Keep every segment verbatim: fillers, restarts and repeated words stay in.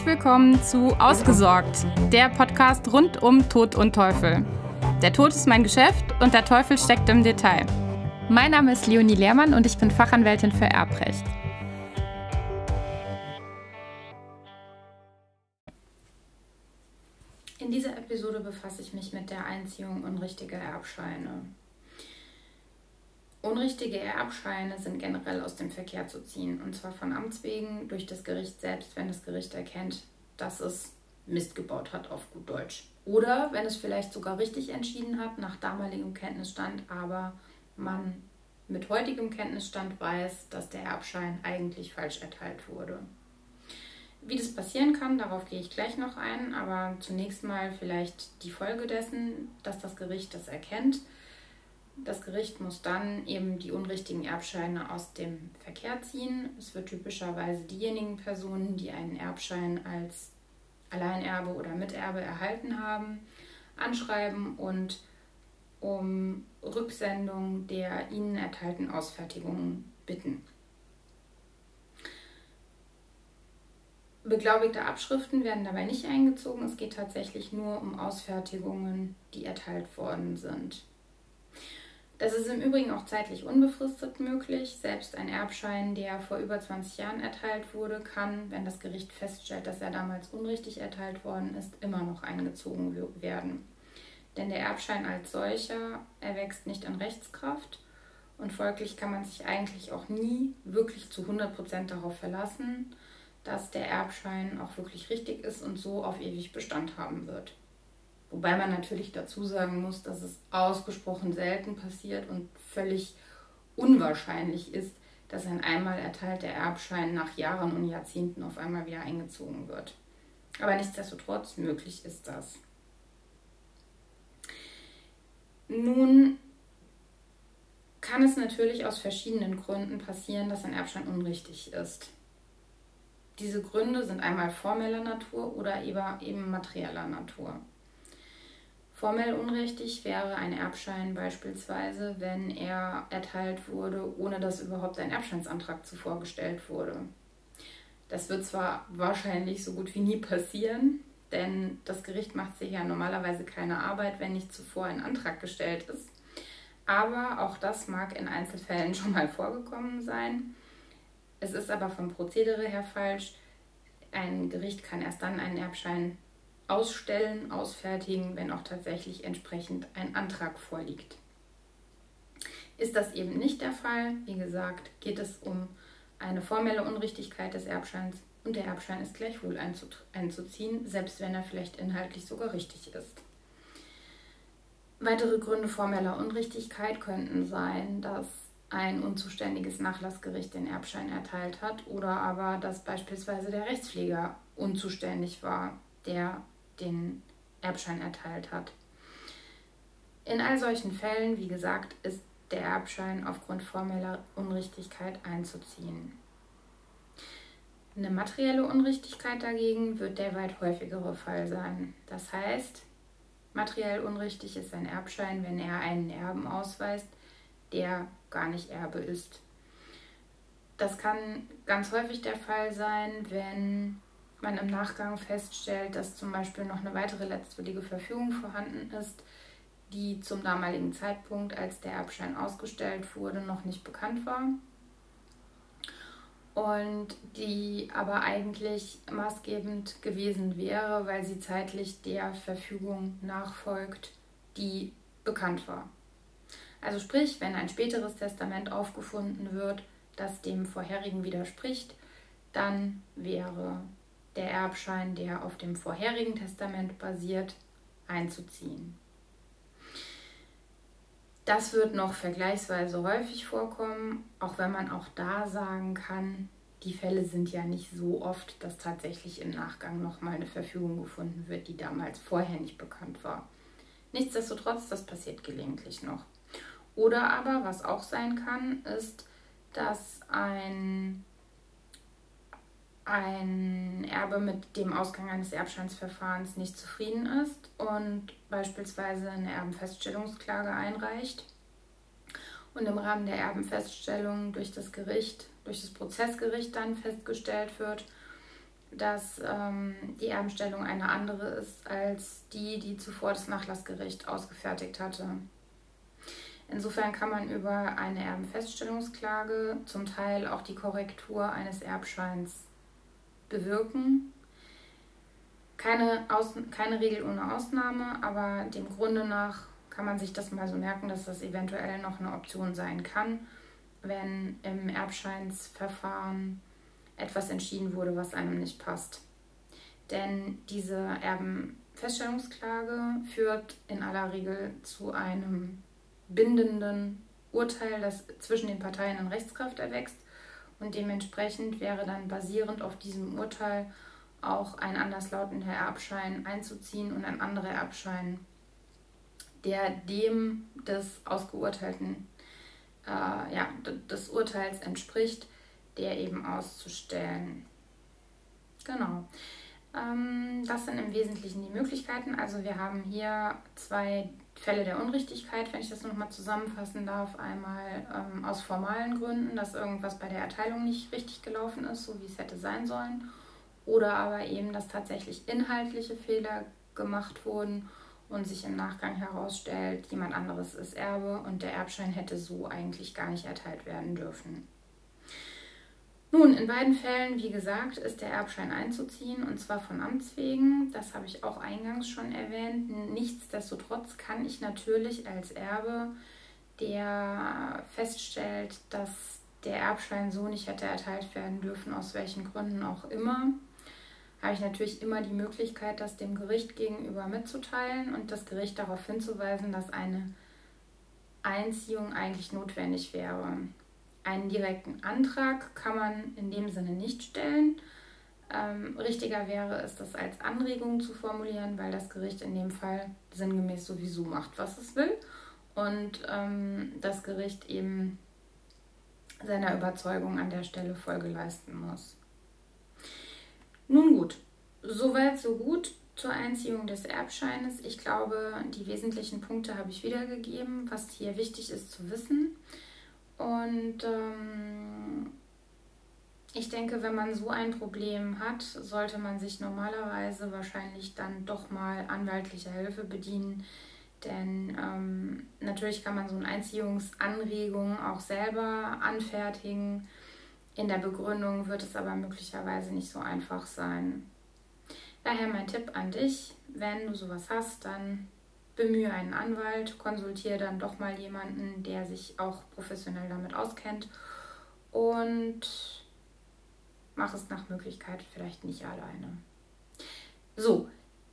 Herzlich willkommen zu Ausgesorgt, der Podcast rund um Tod und Teufel. Der Tod ist mein Geschäft und der Teufel steckt im Detail. Mein Name ist Leonie Lehrmann und ich bin Fachanwältin für Erbrecht. In dieser Episode befasse ich mich mit der Einziehung unrichtiger Erbscheine. Unrichtige Erbscheine sind generell aus dem Verkehr zu ziehen, und zwar von Amts wegen durch das Gericht selbst, wenn das Gericht erkennt, dass es Mist gebaut hat, auf gut Deutsch. Oder wenn es vielleicht sogar richtig entschieden hat, nach damaligem Kenntnisstand, aber man mit heutigem Kenntnisstand weiß, dass der Erbschein eigentlich falsch erteilt wurde. Wie das passieren kann, darauf gehe ich gleich noch ein, aber zunächst mal vielleicht die Folge dessen, dass das Gericht das erkennt. Das Gericht muss dann eben die unrichtigen Erbscheine aus dem Verkehr ziehen. Es wird typischerweise diejenigen Personen, die einen Erbschein als Alleinerbe oder Miterbe erhalten haben, anschreiben und um Rücksendung der ihnen erteilten Ausfertigungen bitten. Beglaubigte Abschriften werden dabei nicht eingezogen. Es geht tatsächlich nur um Ausfertigungen, die erteilt worden sind. Das ist im Übrigen auch zeitlich unbefristet möglich. Selbst ein Erbschein, der vor über zwanzig Jahren erteilt wurde, kann, wenn das Gericht feststellt, dass er damals unrichtig erteilt worden ist, immer noch eingezogen werden. Denn der Erbschein als solcher erwächst nicht an Rechtskraft und folglich kann man sich eigentlich auch nie wirklich zu hundert Prozent darauf verlassen, dass der Erbschein auch wirklich richtig ist und so auf ewig Bestand haben wird. Wobei man natürlich dazu sagen muss, dass es ausgesprochen selten passiert und völlig unwahrscheinlich ist, dass ein einmal erteilter Erbschein nach Jahren und Jahrzehnten auf einmal wieder eingezogen wird. Aber nichtsdestotrotz, möglich ist das. Nun kann es natürlich aus verschiedenen Gründen passieren, dass ein Erbschein unrichtig ist. Diese Gründe sind einmal formeller Natur oder eben materieller Natur. Formell unrichtig wäre ein Erbschein beispielsweise, wenn er erteilt wurde, ohne dass überhaupt ein Erbscheinsantrag zuvor gestellt wurde. Das wird zwar wahrscheinlich so gut wie nie passieren, denn das Gericht macht sich ja normalerweise keine Arbeit, wenn nicht zuvor ein Antrag gestellt ist. Aber auch das mag in Einzelfällen schon mal vorgekommen sein. Es ist aber vom Prozedere her falsch. Ein Gericht kann erst dann einen Erbschein ausstellen, ausfertigen, wenn auch tatsächlich entsprechend ein Antrag vorliegt. Ist das eben nicht der Fall, wie gesagt, geht es um eine formelle Unrichtigkeit des Erbscheins und der Erbschein ist gleichwohl einzuziehen, selbst wenn er vielleicht inhaltlich sogar richtig ist. Weitere Gründe formeller Unrichtigkeit könnten sein, dass ein unzuständiges Nachlassgericht den Erbschein erteilt hat oder aber, dass beispielsweise der Rechtspfleger unzuständig war, der den Erbschein erteilt hat. In all solchen Fällen, wie gesagt, ist der Erbschein aufgrund formeller Unrichtigkeit einzuziehen. Eine materielle Unrichtigkeit dagegen wird der weit häufigere Fall sein. Das heißt, materiell unrichtig ist ein Erbschein, wenn er einen Erben ausweist, der gar nicht Erbe ist. Das kann ganz häufig der Fall sein, wenn man im Nachgang feststellt, dass zum Beispiel noch eine weitere letztwillige Verfügung vorhanden ist, die zum damaligen Zeitpunkt, als der Erbschein ausgestellt wurde, noch nicht bekannt war und die aber eigentlich maßgebend gewesen wäre, weil sie zeitlich der Verfügung nachfolgt, die bekannt war. Also sprich, wenn ein späteres Testament aufgefunden wird, das dem vorherigen widerspricht, dann wäre der Erbschein, der auf dem vorherigen Testament basiert, einzuziehen. Das wird noch vergleichsweise häufig vorkommen, auch wenn man auch da sagen kann, die Fälle sind ja nicht so oft, dass tatsächlich im Nachgang nochmal eine Verfügung gefunden wird, die damals vorher nicht bekannt war. Nichtsdestotrotz, das passiert gelegentlich noch. Oder aber, was auch sein kann, ist, dass ein ein Erbe mit dem Ausgang eines Erbscheinsverfahrens nicht zufrieden ist und beispielsweise eine Erbenfeststellungsklage einreicht und im Rahmen der Erbenfeststellung durch das Gericht, durch das Prozessgericht dann festgestellt wird, dass ähm, die Erbenstellung eine andere ist als die, die zuvor das Nachlassgericht ausgefertigt hatte. Insofern kann man über eine Erbenfeststellungsklage zum Teil auch die Korrektur eines Erbscheins bewirken. Keine, Aus keine Regel ohne Ausnahme, aber dem Grunde nach kann man sich das mal so merken, dass das eventuell noch eine Option sein kann, wenn im Erbscheinsverfahren etwas entschieden wurde, was einem nicht passt. Denn diese Erbenfeststellungsklage führt in aller Regel zu einem bindenden Urteil, das zwischen den Parteien in Rechtskraft erwächst, und dementsprechend wäre dann basierend auf diesem Urteil auch ein anderslautender Erbschein einzuziehen und ein anderer Erbschein, der dem des ausgeurteilten, äh, ja, des Urteils entspricht, der eben auszustellen. Genau. Ähm, das sind im Wesentlichen die Möglichkeiten. Also wir haben hier zwei Fälle der Unrichtigkeit, wenn ich das nochmal zusammenfassen darf. Einmal ähm, aus formalen Gründen, dass irgendwas bei der Erteilung nicht richtig gelaufen ist, so wie es hätte sein sollen. Oder aber eben, dass tatsächlich inhaltliche Fehler gemacht wurden und sich im Nachgang herausstellt, jemand anderes ist Erbe und der Erbschein hätte so eigentlich gar nicht erteilt werden dürfen. Nun, in beiden Fällen, wie gesagt, ist der Erbschein einzuziehen, und zwar von Amts wegen. Das habe ich auch eingangs schon erwähnt. Nichtsdestotrotz kann ich natürlich als Erbe, der feststellt, dass der Erbschein so nicht hätte erteilt werden dürfen, aus welchen Gründen auch immer, habe ich natürlich immer die Möglichkeit, das dem Gericht gegenüber mitzuteilen und das Gericht darauf hinzuweisen, dass eine Einziehung eigentlich notwendig wäre. Einen direkten Antrag kann man in dem Sinne nicht stellen. Ähm, richtiger wäre es, das als Anregung zu formulieren, weil das Gericht in dem Fall sinngemäß sowieso macht, was es will, und ähm, das Gericht eben seiner Überzeugung an der Stelle Folge leisten muss. Nun gut, soweit so gut zur Einziehung des Erbscheines. Ich glaube, die wesentlichen Punkte habe ich wiedergegeben, was hier wichtig ist zu wissen. Und ähm, ich denke, wenn man so ein Problem hat, sollte man sich normalerweise wahrscheinlich dann doch mal anwaltlicher Hilfe bedienen. Denn ähm, natürlich kann man so eine Einziehungsanregung auch selber anfertigen. In der Begründung wird es aber möglicherweise nicht so einfach sein. Daher mein Tipp an dich, wenn du sowas hast, dann bemühe einen Anwalt, konsultiere dann doch mal jemanden, der sich auch professionell damit auskennt, und mach es nach Möglichkeit vielleicht nicht alleine. So,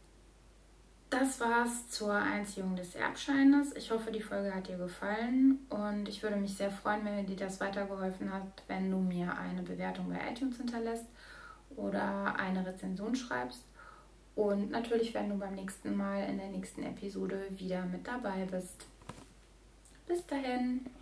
das war's zur Einziehung des Erbscheines. Ich hoffe, die Folge hat dir gefallen, und ich würde mich sehr freuen, wenn dir das weitergeholfen hat, wenn du mir eine Bewertung bei iTunes hinterlässt oder eine Rezension schreibst. Und natürlich, wenn du beim nächsten Mal in der nächsten Episode wieder mit dabei bist. Bis dahin.